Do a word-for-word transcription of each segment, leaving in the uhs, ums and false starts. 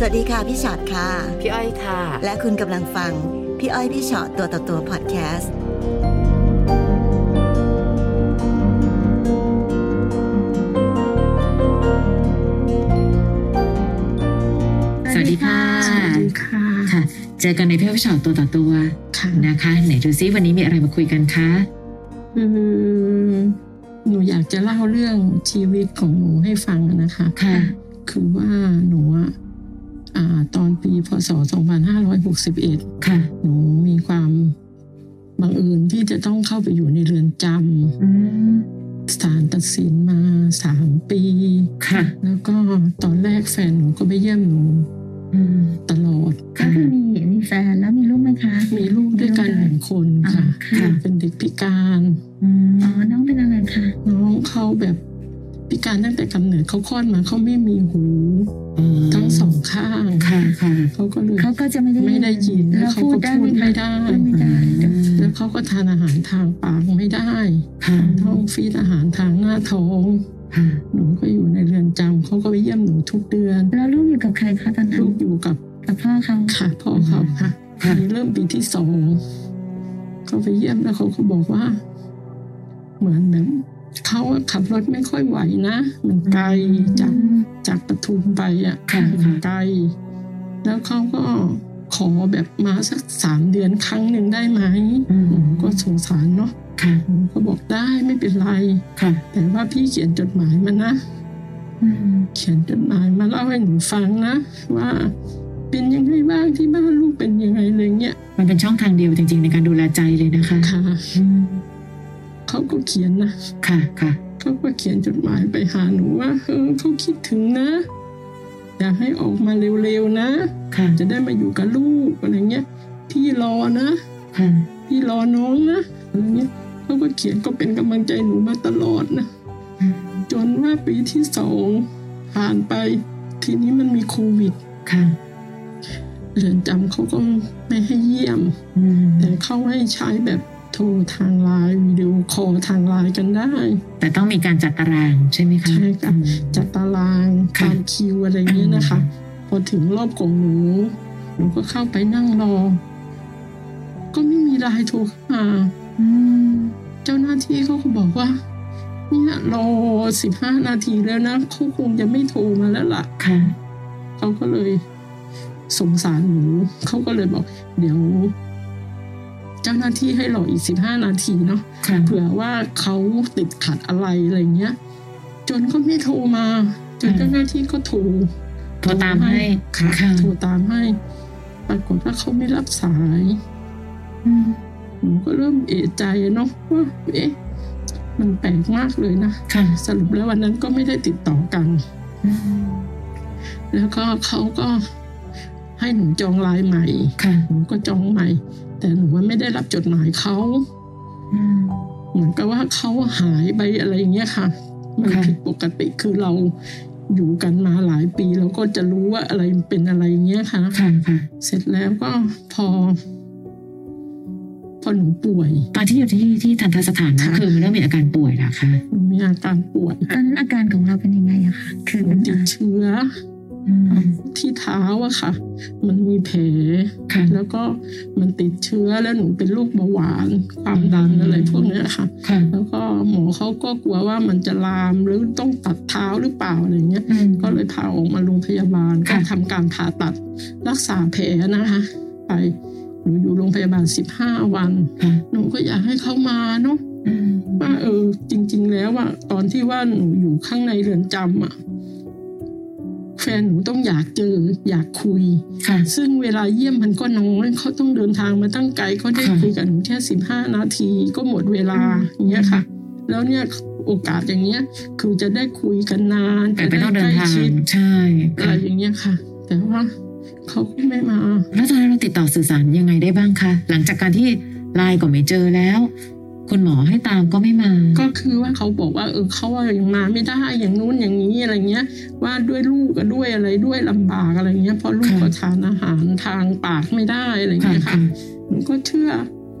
วัสดีค่ะพี่ชอตค่ะพี่อ้อยค่ะและคุณกำลังฟังพี่อ้อยพี่ชอตตัวต่อตัวพอดแคสต์สวัสดีค่ะสวัสดีค่ะค่ะเจอกันในพี่อ้อยพี่ชอตตัวต่อตัวนะคะไหนดูซิวันนี้มีอะไรมาคุยกันคะคือหนูอยากจะเล่าเรื่องชีวิตของหนูให้ฟังนะคะค่ะคือว่าหนูอ่ะอ่าตอนปีพ.ศ. สองพันห้าร้อยหกสิบเอ็ดค่ะหนูมีความบังเอิญที่จะต้องเข้าไปอยู่ในเรือนจำศาลตัดสินมาสามปีค่ะแล้วก็ตอนแรกแฟนหนูก็ไปเยี่ยมหนูตลอดก็คือมีมีแฟนแล้วมีลูกไหมคะมีลูกด้วยกันหนึ่งคนค่ะเป็นเด็กพิการอ๋อน้องเป็นอะไรคะน้องเขาแบบพิการตั้งแต่กำเนิดเขาคลอดมาเขาไม่มีหูทั้งสองข้างค่ะค่ะเขาก็เลยเขาก็จะไม่ได้ไม่ได้ยินแล้วเขาก็พูดไม่ได้แล้วเขาก็ทานอาหารทางปากไม่ได้ท้องฟีดอาหารทางหน้าท้องหนูก็อยู่ในเรือนจำเขาก็ไปเยี่ยมหนูทุกเดือนแล้วลูกอยู่กับใครคะตอนนั้นลูกอยู่กับกับพ่อเขาค่ะพ่อเขาค่ะเริ่มปีที่สองเขาไปเยี่ยมแล้วเขาก็บอกว่าเหมือนแบบเขาขับรถไม่ค่อยไหวนะมันไกลจากจากปทุมไปอ่ะไกลแล้วเขาก็ขอแบบมาสักสามเดือนครั้งหนึ่งได้ไหมก็สงสารเนาะก็บอกได้ไม่เป็นไรแต่ว่าพี่เขียนจดหมายมานะเขียนจดหมายมาเล่าให้หนูฟังนะว่าเป็นยังไงบ้างที่บ้านลูกเป็นยังไงอะไรเงี้ยมันเป็นช่องทางเดียวจริงๆในการดูแลใจเลยนะคะค่ะเขาก็เขียนนะค่ะค่ะเขาก็เขียนจดหมายไปหาหนูว่าเออเขาคิดถึงนะอยากให้ออกมาเร็วๆนะค่ะจะได้มาอยู่กับลูกอะไรเงี้ยพี่รอนะค่ะพี่รอน้องนะอะไรเงี้ยเขาก็เขียนก็เป็นกำลังใจหนูมาตลอดนะจนว่าปีที่สองผ่านไปทีนี้มันมีโควิดค่ะเรือนจำเขาก็ไม่ให้เยี่ยมแต่เขาให้ใช้แบบโทรทางไลน์วิดีโอคอลทางไลน์กันได้แต่ต้องมีการจัดตารางใช่ไหมคะใช่ค่ะจัดตารางตามคิวอะไรเงี้ยนะคะพอถึงรอบของหนูหนูก็เข้าไปนั่งรอก็ไม่มีไลน์โทรเข้ามาเจ้าหน้าที่เขาก็บอกว่าเนี่ยรอสิบห้านาทีแล้วนะเขาคงจะไม่โทรมาแล้วล่ะค่ะเขาก็เลยสงสารหนูเขาก็เลยบอกเดี๋ยวเจ้าหน้าที่ให้รออีกสิบห้านาทีเนาะเผื่อว่าเขาติดขัดอะไรอะไรเงี้ยจนก็ไม่โทรมาจนเจ้าหน้าที่ก็โทรโทรตามให้ค่ะโทรตามให้ปรากฏว่าเขาไม่รับสายหนูก็เริ่มเอะใจเนาะว่าเอ๊ะมันแปลกมากเลยนะสรุปแล้ววันนั้นก็ไม่ได้ติดต่อกันแล้วก็เขาก็ให้หนูจองไลน์ใหม่หนูก็จองใหม่แต่หนูว่าไม่ได้รับจดหมายเขาเหมือนกับว่าเขาหายไปอะไรเงี้ยค่ะมันผิดปกติคือเราอยู่กันมาหลายปีเราก็จะรู้ว่าอะไรเป็นอะไรเงี้ยค่ะเสร็จแล้วก็พอพอหนูป่วยตอนที่อยู่ที่ที่ทันตสถานนะคือเริ่มมีอาการป่วยแล้วค่ะมีอาการป่วยตอนนั้นอาการของเราเป็นยังไงอะคะคือมันติดเชื้อที่เท้าอะค่ะมันมีแผลแล้วก็มันติดเชื้อแล้วหนูเป็นโรคเบาหวานความดันอะไรพวกนี้ค่ะแล้วก็หมอเขาก็กลัวว่ามันจะลามหรือต้องตัดเท้าหรือเปล่าอะไรเงี้ยก็เลยพาออกมาโรงพยาบาลก็ทำการผ่าตัดรักษาแผลนะคะไปหนูอยู่โรงพยาบาลสิบห้าวันหนูก็อยากให้เขามาเนาะว่าเออจริงๆแล้วอะตอนที่ว่าหนูอยู่ข้างในเรือนจำอะแฟนหนูต้องอยากเจออยากคุยซึ่งเวลาเยี่ยมมันก็น้อยเขาต้องเดินทางมาตั้งไกลเขาได้คุยกับหนูแค่สิบห้านาทีก็หมดเวลาอย่างเงี้ยค่ะแล้วเนี่ยโอกาสอย่างเงี้ยคือจะได้คุยกันนานแต่ไม่ต้องเดินทางใช่อะไรอย่างเงี้ยค่ะแต่ว่าเขาก็ไม่มาแล้วตอนนั้นเราติดต่อสื่อสารยังไงได้บ้างคะหลังจากการที่ไลน์ก็ไม่เจอแล้วคุณหมอให้ตามก็ไม่มาก็คือว่าเขาบอกว่าเออเขาว่ายังมาไม่ได้อย่างนู้นอย่างนี้อะไรเงี้ยว่าด้วยลูกกับด้วยอะไรด้วยลำบากอะไรเงี้ยเพราะลูกก็ทานอาหารทางปากไม่ได้อะไรเงี้ยค่ะหนูก็เชื่อ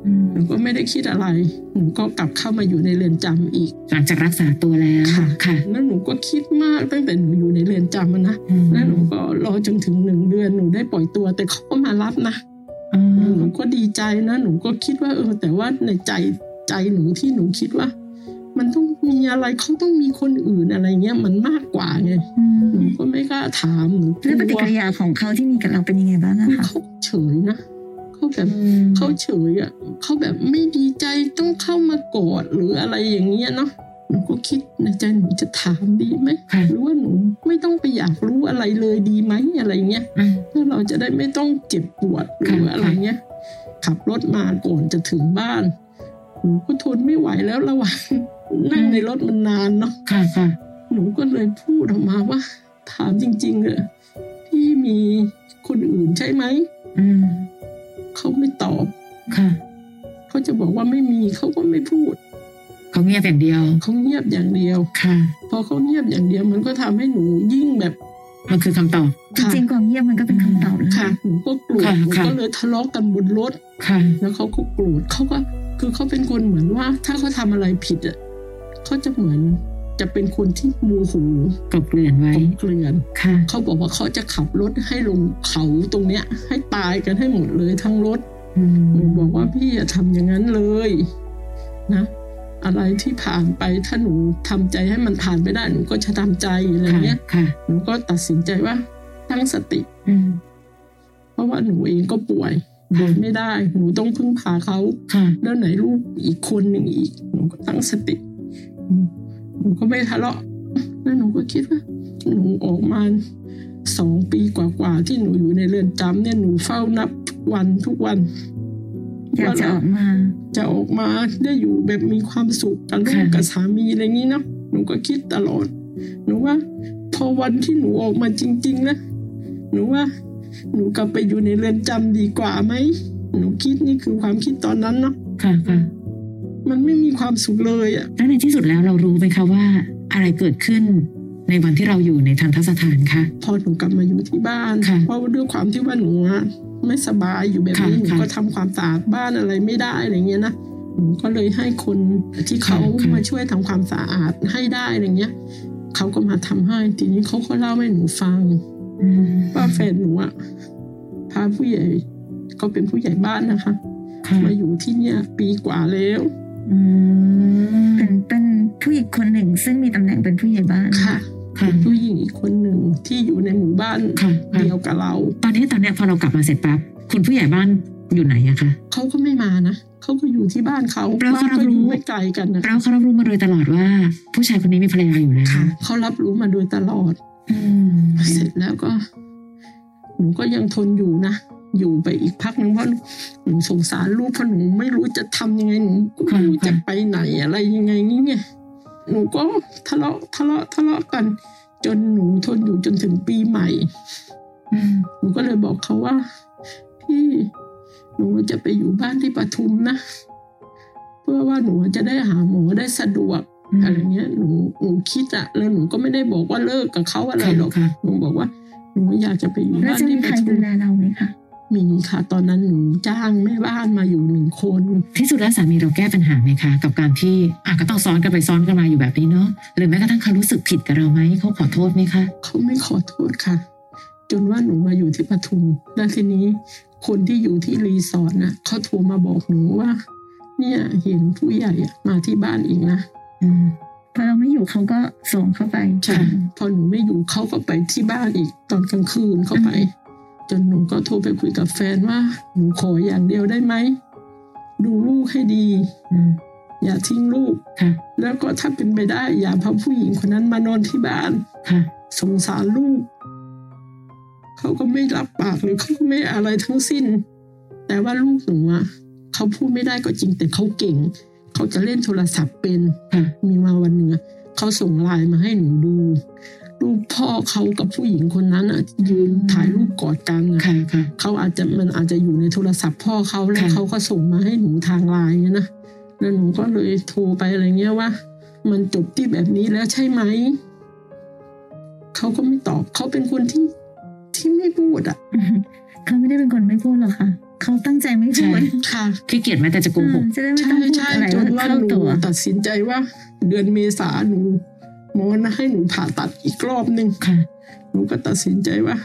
หนูก็ไม่ได้คิดอะไรหนูก็กลับเข้ามาอยู่ในเรือนจำอีกหลังจากรักษาตัวแล้วค่ะค่ะแล้วหนูก็คิดมากตั้งแต่หนูอยู่ในเรือนจำนะแล้วหนูก็รอจนถึงหนึ่งเดือนหนูได้ปล่อยตัวแต่เขาก็มารับนะหนูก็ดีใจนะหนูก็คิดว่าเออแต่ว่าในใจใจหนูที่หนูคิดว่ามันต้องมีอะไรเขาต้องมีคนอื่นอะไรเงี้ยมันมากกว่าไงหนูก็ไม่กล้าถามหนูแล้วปฏิกิริยาของเขาที่มีกับเราเป็นยังไงบ้างอะคะเขาเฉยนะเขาแบบเขาเฉยอ่ะเขาแบบไม่ดีใจต้องเข้ามากอดหรืออะไรอย่างเงี้ยเนาะหนูก็คิดในใจหนูจะถามดีไหมหรือว่าหนูไม่ต้องไปอยากรู้อะไรเลยดีไหมอะไรเงี้ยเพื่อเราจะได้ไม่ต้องเจ็บปวดหรืออะไรเงี้ยขับรถมาก่อนจะถึงบ้านหนูก็ทนไม่ไหวแล้วระหว่างนั่งในรถมันนานเนาะค่ะค่ะหนูก็เลยพูดออกมาว่าถามจริงๆเลยพี่มีคนอื่นใช่ไหมอืมเขาไม่ตอบค่ะเขาจะบอกว่าไม่มีเขาก็ไม่พูดเขาเงียบอย่างเดียวเขาเงียบอย่างเดียวค่ะพอเขาเงียบอย่างเดียวมันก็ทำให้หนูยิ่งแบบมันคือคำตอบจริงๆความเงียบมันก็เป็นคำตอบค่ะหนูก็โกรธหนูก็เลยทะเลาะกันบนรถค่ะแล้วเขาก็โกรธเขาก็คือเขาเป็นคนเหมือนว่าถ้าเขาทำอะไรผิดอ่ะเขาจะเหมือนจะเป็นคนที่โมโหกบเกลื่อนไว้เกลื่อนเขาบอกว่าเขาจะขับรถให้ลงเขาตรงเนี้ยให้ตายกันให้หมดเลยทั้งรถหนูบอกว่าพี่อย่าทำอย่างนั้นเลยนะอะไรที่ผ่านไปถ้าหนูทำใจให้มันผ่านไปได้หนูก็จะทำใจอะไรเงี้ยหนูก็ตัดสินใจว่าตั้งสติเพราะว่าหนูเองก็ป่วยเดินไม่ได้หนูต้องพึ่งพาเขาแล้วไหนลูกอีกคนหนึ่งอีกหนูก็ตั้งสติหนูก็ไม่ทะเลาะแล้วหนูก็คิดว่าหนูออกมาสองปีกว่าๆที่หนูอยู่ในเรือนจำเนี่ยหนูเฝ้านับทุกวันทุกวันอยากจะออกมาจะออกมาได้อยู่แบบมีความสุขกับลูกกับสามีอะไรอย่างนี้เนาะหนูก็คิดตลอดหนูว่าพอวันที่หนูออกมาจริงๆนะหนูว่าหนูกลับไปอยู่ในเรือนจำดีกว่าไหมหนูคิดนี่คือความคิดตอนนั้นเนาะค่ะค่ะมันไม่มีความสุขเลยอ่ะแล้วในที่สุดแล้วเรารู้ไหมคะว่าอะไรเกิดขึ้นในวันที่เราอยู่ในทันทสถานคะพอหนูกลับมาอยู่ที่บ้านเพราะด้วยความที่ว่าหนูไม่สบายอยู่แบบนี้หนูก็ทำความสะอาดบ้านอะไรไม่ได้อะไรเงี้ยนะหนูก็เลยให้คนที่เขามาช่วยทำความสะอาดให้ได้อะไรเงี้ยเขาก็มาทำให้ทีนี้เขาก็เล่าให้หนูฟังว่าแฟนหนูอ่ะพาผู้ใหญ่ก็เป็นผู้ใหญ่บ้านนะคะมาอยู่ที่เนี่ยปีกว่าแล้วเป็นเป็นผู้หญิงคนหนึ่งซึ่งมีตำแหน่งเป็นผู้ใหญ่บ้านค่ะเป็นผู้หญิงอีกคนหนึ่งที่อยู่ในหมู่บ้านเดียวกับเราตอนนี้ตอนนี้พอเรากลับมาเสร็จปั๊บคุณผู้ใหญ่บ้านอยู่ไหนอะคะเขาก็ไม่มานะเขาก็อยู่ที่บ้านเขาบ้านก็อยู่ไม่ไกลกันนะเราเขารับรู้มาโดยตลอดว่าผู้ชายคนนี้มีภรรยาอยู่แล้วเขารับรู้มาโดยตลอดเสร็จแล้วก็หนูก็ยังทนอยู่นะอยู่ไปอีกพักนึงเพราะหนูสงสารลูกเพราะหนูไม่รู้จะทำยังไงหนูไม่รู้จะไปไหนอะไรยังไงนี่ไงหนูก็ทะเลาะทะเลาะทะเลาะกันจนหนูทนอยู่จนถึงปีใหม่หนูก็เลยบอกเขาว่าพี่หนูจะไปอยู่บ้านที่ปทุมนะเพื่อว่าหนูจะได้หาหมอได้สะดวกอะไรเงี้ยหนูหนูคิดอะแล้วหนูก็ไม่ได้บอกว่าเลิกกับเขาอะไรหรอกหนูบอกว่าหนูอยากจะไปอยู่บ้านที่ปทุมดูแลเราไหมคะมีค่ะตอนนั้นหนูจ้างแม่บ้านมาอยู่หนึ่งคนที่สุดแล้วสามีเราแก้ปัญหาไหมคะกับการที่อ่ะก็ต้องซ้อนกันไปซ้อนกันมาอยู่แบบนี้เนาะหรือแม้กระทั่งเขารู้สึกผิดกับเราไหมเขาขอโทษไหมคะเขาไม่ขอโทษค่ะจนว่าหนูมาอยู่ที่ปทุมแล้วทีนี้คนที่อยู่ที่รีสอร์ทนะเขาโทรมาบอกหนูว่าเนี่ยเห็นผู้ใหญ่มาที่บ้านอีกนะอืมพอเราไม่อยู่เขาก็ส่งเข้าไปใช่พอหนูไม่อยู่เขาก็ไปที่บ้านอีกตอนกลางคืนเข้าไปจนหนูก็โทรไปคุยกับแฟนว่าหนูขออย่างเดียวได้ไหมดูลูกให้ดีอย่าทิ้งลูกแล้วก็ถ้าเป็นไปได้อย่าพาผู้หญิงคนนั้นมานอนที่บ้านสงสารลูกเขาก็ไม่รับปากหรือเขาก็ไม่อะไรทั้งสิ้นแต่ว่าลูกหนูอ่ะเขาพูดไม่ได้ก็จริงแต่เขาเก่งเขาจะเล่นโทรศัพท์เป็นมีมาวันหนึ่งเขาส่งไลน์มาให้หนูดูรูปพ่อเขากับผู้หญิงคนนั้นอ่ะยืนถ่ายรูปกอดกันอ่ะเขาอาจจะมันอาจจะอยู่ในโทรศัพท์พ่อเขาแล้วเขาก็ส่งมาให้หนูทางไลน์นะแล้วหนูก็เลยโทรไปอะไรเงี้ยว่ามันจบที่แบบนี้แล้วใช่ไหมเขาก็ไม่ตอบเขาเป็นคนที่ที่ไม่พูดอ่ะเขาไม่ได้เป็นคนไม่พูดหรอกค่ะเขาตั้งใจไม่พูดค่ะขี้เกียจแม้แต่จะโกหกจะได้ไม่ต้องพูดอะไรจนว่าเข้าหนูตัวตัดสินใจว่าเดือนเมษาหนูหมอนะให้หนูผ่าตัดอีกรอบหนึ่งค่ะหนูก็ตัดสินใจว่า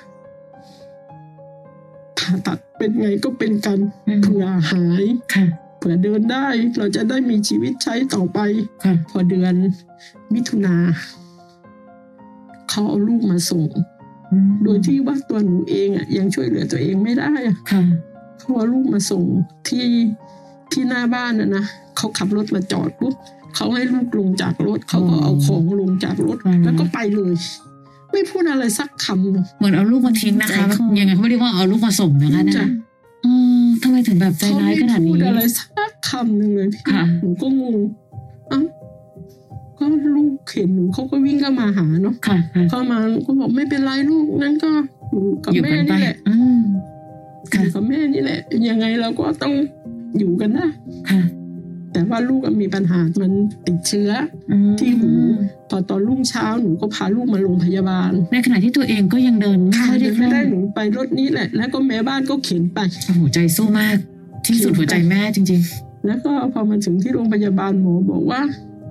ผ่าตัดเป็นไงก็เป็นกันอืมเผื่อหายค่ะเผื่อเดินได้ เราจะได้มีชีวิตใช้ต่อไปค่ะพอเดือนมิถุนาเขาเอาลูกมาส่งอืมโดยที่ว่าตัวหนูเองอ่ะยังช่วยเหลือตัวเองไม่ได้อะค่ะเขาเอาลูกมาส่งที่ที่หน้าบ้านนะนะเขาขับรถมาจอดปุ๊บเขาให้ลูกลงจากรถเขาก็เอาของลงจากรถอืมแล้วก็ไปเลย ไม่พูดอะไรสักคำหนึ่งเหมือนเอาลูกมาทิ้งนะคะใจคอยังไงเขาไม่เรียกว่าเอาลูกมาส่งนะคะนะจ้ะอืมทำไมถึงแบบใจเขาร้ายไม่ขนาดพูนี้ดอะไรสักคำหนึ่งเลยพี่ค่ะหนูก็งงเอ้าก็ลูกเห็นหนูเขาก็วิ่งเข้ามาหาเนาะค่ะค่ะเข้ามาหนูก็บอกไม่เป็นไรลูกนั่นก็อยู่กับอยู่แม่กันไปนี่แหละอืมอค่ะยู่กับแม่นี่แหละ ยังไงเราก็ต้องอยู่กันนะค่ะแต่ว่าลูกมีปัญหามันติดเชื้ออืมที่หูตอนตอนรุ่งเช้าหนูก็พาลูกมาโรงพยาบาลในขณะที่ตัวเองก็ยังเดินไม่ค่ะค่อยได้เดินคล่ไม่องได้หนูไปรถนี้แหละ แล้วก็แม่บ้านก็เข็นไปโอ้โหใจสู้มาก ที่สุดหัวใจแม่จริงแล้วก็พอมาถึงที่โรงพยาบาลหมอบอกว่า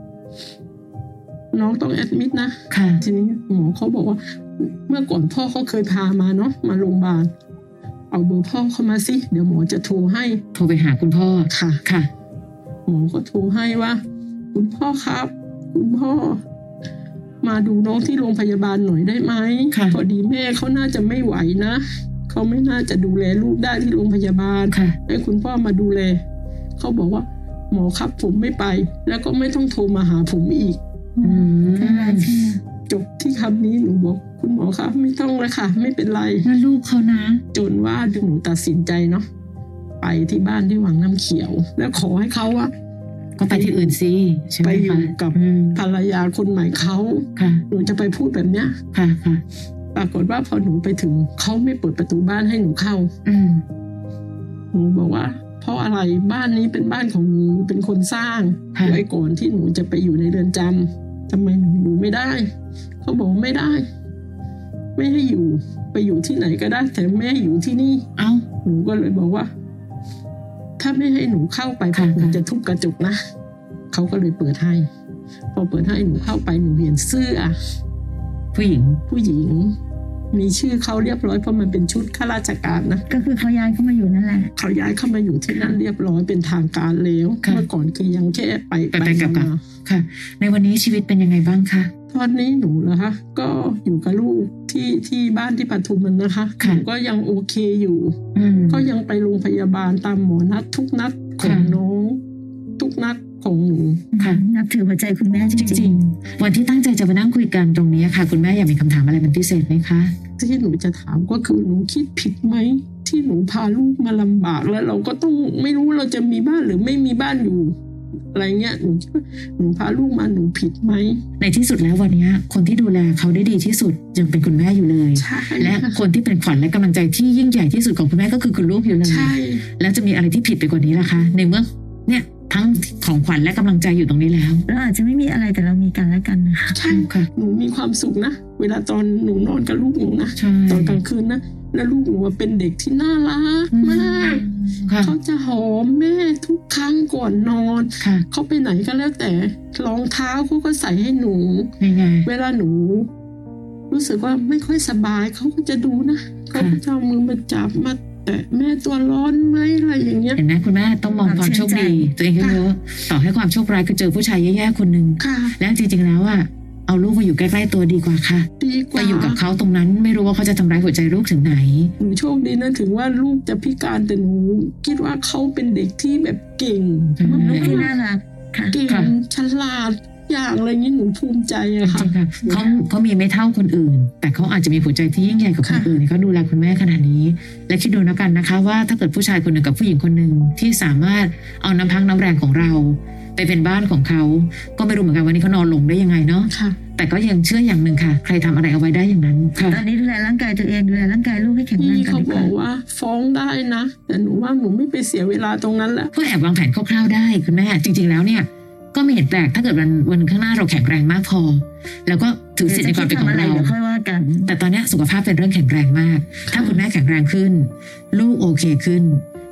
น้องต้องแอดมิดนะๆ ค่ะทีนี้หมอเขาบอกว่า เมื่อก่อนพ่อเขาเคยพามาเนาะมาโรงพยาบาลเอาเบอร์พ่อเข้ามาสิเดี๋ยวหมอจะโทรให้โทรไปหาคุณพ่อค่ะค่ะหมอก็โทรให้ว่า คุณพ่อครับ คุณพ่อ มาดูน้องที่โรงพยาบาลหน่อยได้ไหมค่ะพอดีแม่เขาน่าจะไม่ไหวนะเขาไม่น่าจะดูแลลูกได้ที่โรงพยาบาลค่ะให้คุณพ่อมาดูแลเขาบอกว่า หมอครับผมไม่ไป แล้วก็ไม่ต้องโทรมาหาผมอีกอืมใจร้ายใช่ไหมจบที่คำนี้หนูบอก คุณหมอครับไม่ต้องเลยค่ะ ไม่เป็นไรนั่นลูกเขานะจนว่าหนูตัดสินใจเนาะไปที่บ้านที่วังน้ำเขียว แล้วขอให้เขาว่าก็ไปที่อื่นสิใช่ไหมไปอยู่คะกับอืมภรรยาคนใหม่เขาค่ะหนูจะไปพูดแบบเนี้ยค่ะค่ะปรากฏว่าพอหนูไปถึงเขาไม่เปิดประตูบ้านให้หนูเข้าอืมหนูบอกว่า เพราะอะไรบ้านนี้เป็นบ้านของหนูเป็นคนสร้างค่ะไว้ก่อนที่หนูจะไปอยู่ในเรือนจำทำไมหนูอยู่ไม่ได้เขาบอกไม่ได้ ไม่ให้อยู่ไปอยู่ที่ไหนก็ได้ แต่ไม่ให้อยู่ที่นี่เอ้าหนูก็เลยบอกว่า ถ้าไม่ให้หนูเข้าไปค่ะผมจะทุบกระจกนะเขาก็เลยเปิดให้ พอเปิดให้หนูเข้าไปหนูเห็นเสื้อผู้หญิงผู้หญิง มีชื่อเขาเรียบร้อยเพราะมันเป็นชุดข้าราชการนะก็คือเขาย้ายเข้ามาอยู่นั่นแหละเขาย้ายเข้ามาอยู่ที่นั่นเรียบร้อยเป็นทางการแล้วค่ะเมื่อก่อนคือยังแค่ไปไปไปกลับกลับมาค่ะ ในวันนี้ชีวิตเป็นยังไงบ้างคะตอนนี้หนูนะคะ ก็อยู่กับลูกที่ที่บ้านที่ปทุมมันนะคะหค่ะนูก็ยังโอเคอยู่อืมก็ยังไปโรงพยาบาลตามหมอนัดทุกนัดของค่ะน้องทุกนัดของหนูค่ะนับถือหัวใจคุณแม่จจริริงงๆ วันที่ตั้งใจจะมานั่งคุยกันตรงนี้ค่ะ คุณแม่อยากมีคำถามอะไรเป็นพิเศษไหมคะที่หนูจะถามก็คือหนูคิดผิดไหมที่หนูพาลูกมาลำบากแล้วเราก็ต้องไม่รู้เราจะมีบ้านหรือไม่มีบ้านอยู่อะไรเงี้ยหนูคิดว่าหนูพาลูกมาหนูผิดไหมในที่สุดแล้ววันนี้คนที่ดูแลเขาได้ดีที่สุดยังเป็นคุณแม่อยู่เลยใช่และคนที่เป็นขวัญและกำลังใจที่ยิ่งใหญ่ที่สุดของคุณแม่ก็คือคุณลูกอยู่เลยใช่แล้วจะมีอะไรที่ผิดไปกว่านี้ล่ะคะ ในเมื่อเนี่ยทั้งของขวัญและกำลังใจอยู่ตรงนี้แล้วๆเราอาจจะไม่มีอะไรแต่เรามีกันและกันนะคะใช่ค่ะหนูมีความสุขนะเวลาตอนหนูนอนกับลูกหนูนะใช่ตอนกลางคืนนะแล้วลูกหนูเป็นเด็กที่น่ารักมากค่ะเขาจะหอมแม่ทุกครั้งก่อนนอนค่ะเขาไปไหนก็แล้วแต่รองเท้าเขาก็ใส่ให้หนูนี่ไงเวลาหนู รู้สึกว่าไม่ค่อยสบายเขาก็จะดูนะเขาก็จะเอามือมาจับมาแตะแม่ตัวร้อนไหมอะไรอย่างเงี้ยเห็นไหมคุณแม่ต้องมองความโชคดีตัวเองเยอะๆต่อให้ความโชคร้ายคือเจอผู้ชายแย่ๆคนหนึ่งค่ะแล้วจริงๆแล้วอ่ะเอาลูกมาอยู่ใกล้ๆตัวดีกว่าค่ะดีกไปว่าอยู่กับเขาตรงนั้นไม่รู้ว่าเขาจะทำร้ายหัวใจลูกถึงไหนหนูโชคดีนะถึงว่าลูกจะพิการแต่หนูคิดว่าเขาเป็นเด็กที่แบบเก่งอืมมากที่น่ารักค่ะเก่งค่ะฉลาดอย่างอะไรนี้หนูภูมิใจอะจค่ะริงๆค่ะเขาเขามีไม่เท่าคนอื่น แต่เขาอาจจะมีหัวใจที่ยิ่งใหญ่กว่าคนค่ะอื่นเขาดูแลคุณแม่ขนาดนี้ และคิดดูแล้วกันนะคะ ว่าถ้าเกิดผู้ชายคนหนึ่งกับผู้หญิงคนหนึ่งที่สามารถเอาน้ำพักน้ำแรงของเรา ไปเป็นบ้านของเขาก็ไม่รู้เหมือนกันวันนี้เขานอนลงได้ยังไงเนาะค่ะแต่ก็ยังเชื่ออย่างหนึ่งค่ะ ใครทำอะไรเอาไว้ได้อย่างนั้นค่ะตอนนี้ดูแลร่างกายตัวเองดูแลร่างกายลูกให้แข็งแรพี่งก่อเขานดีบกอว่ากว่าฟ้องได้นะ แต่หนูว่าหนูไม่ไปเสียเวลาตรงนั้นแหละก็แอบวางแผนคร่าวๆได้คุณแม่จริง ๆแล้วเนี่ยก็ไม่เห็นแปลกถ้าเกิดวันวันข้างหน้าเราแข็งแรงมากพอ แล้วก็ถือสิทธิ์ในความเป็นของเราดี๋ยวค่อยว่ากันแต่ตอนเนี้ยสุขภาพเป็นเรื่องแข็งแรงมาก ถ้าคุณแม่แข็งแรงขึ้น ลูกโอเคขึ้น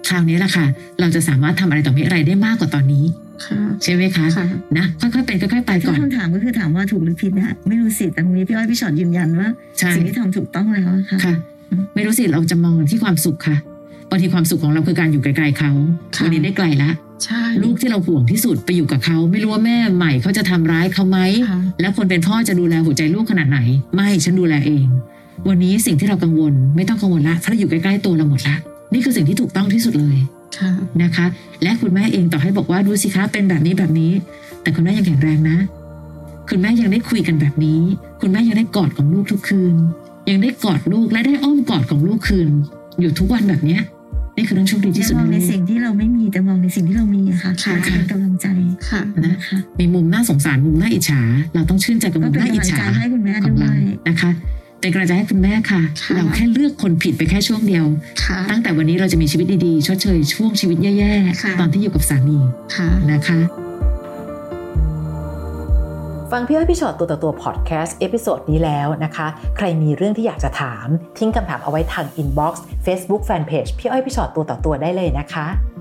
คราวนี้แหละค่ะเราจะสามารถทำอะไรต่อมีอะไรได้มากกว่าตอนนี้ใช่ไหมคะนะค่อยๆเป็นค่อยๆไปก่อนคำถามก็คือถามว่าถูกหรือผิดนะไม่รู้สิแต่ตรงนี้พี่อ้อยพี่ชอตยืนยันว่าสิ่งที่ทำถูกต้องแล้วค่ะค่ะไม่รู้สิเราจะมองที่ความสุขค่ะบางทีความสุขของเราคือการอยู่ไกลๆเขาวันนี้ได้ไกลละลูกที่เราห่วงที่สุดไปอยู่กับเขาไม่รู้ว่าแม่ใหม่เขาจะทำร้ายเขาไหมแล้วคนเป็นพ่อจะดูแลหัวใจลูกขนาดไหนไม่ฉันดูแลเองวันนี้สิ่งที่เรากังวลไม่ต้องกังวลละเพราะเราอยู่ใกล้ๆตัวเราหมดละนี่คือสิ่งที่ถูกต้องที่สุดเลยนะคะและคุณแม่เองต่อให้บอกว่าดูสิคะเป็นแบบนี้แบบนี้แต่คุณแม่ยังแข็งแรงนะคุณแม่ยังได้คุยกันแบบนี้คุณแม่ยังได้กอดของลูกทุกคืนยังได้กอดลูกและได้อ้อมกอดของลูกคืนอยู่ทุกวันแบบนี้นี่คือเรื่องโชคดีที่สุดมองในสิ่งที่เราไม่มีแต่มองในสิ่งที่เรามีอะค่ะเป็นกำลังใจค่ะนะคะมีมุมน่าสงสารมุมน่าอิจฉาเราต้องชื่นใจกับมุมน่าอิจฉาให้คุณแม่ด้วยนะคะเป็นกำลังใจให้คุณแม่ค่ะเราแค่เลือกคนผิดไปแค่ช่วงเดียวตั้งแต่วันนี้เราจะมีชีวิตดีๆชดเชยช่วงชีวิตแย่ๆตอนที่อยู่กับสามีนะคะฟังพี่อ้อยพี่ชอตตัวต่อตัวพอดแคสต์เอพิโซดนี้แล้วนะคะใครมีเรื่องที่อยากจะถามทิ้งคำถามเอาไว้ทางอินบ็อกซ์ Facebook Fanpage พี่อ้อยพี่ชอตตัวต่อตัวได้เลยนะคะ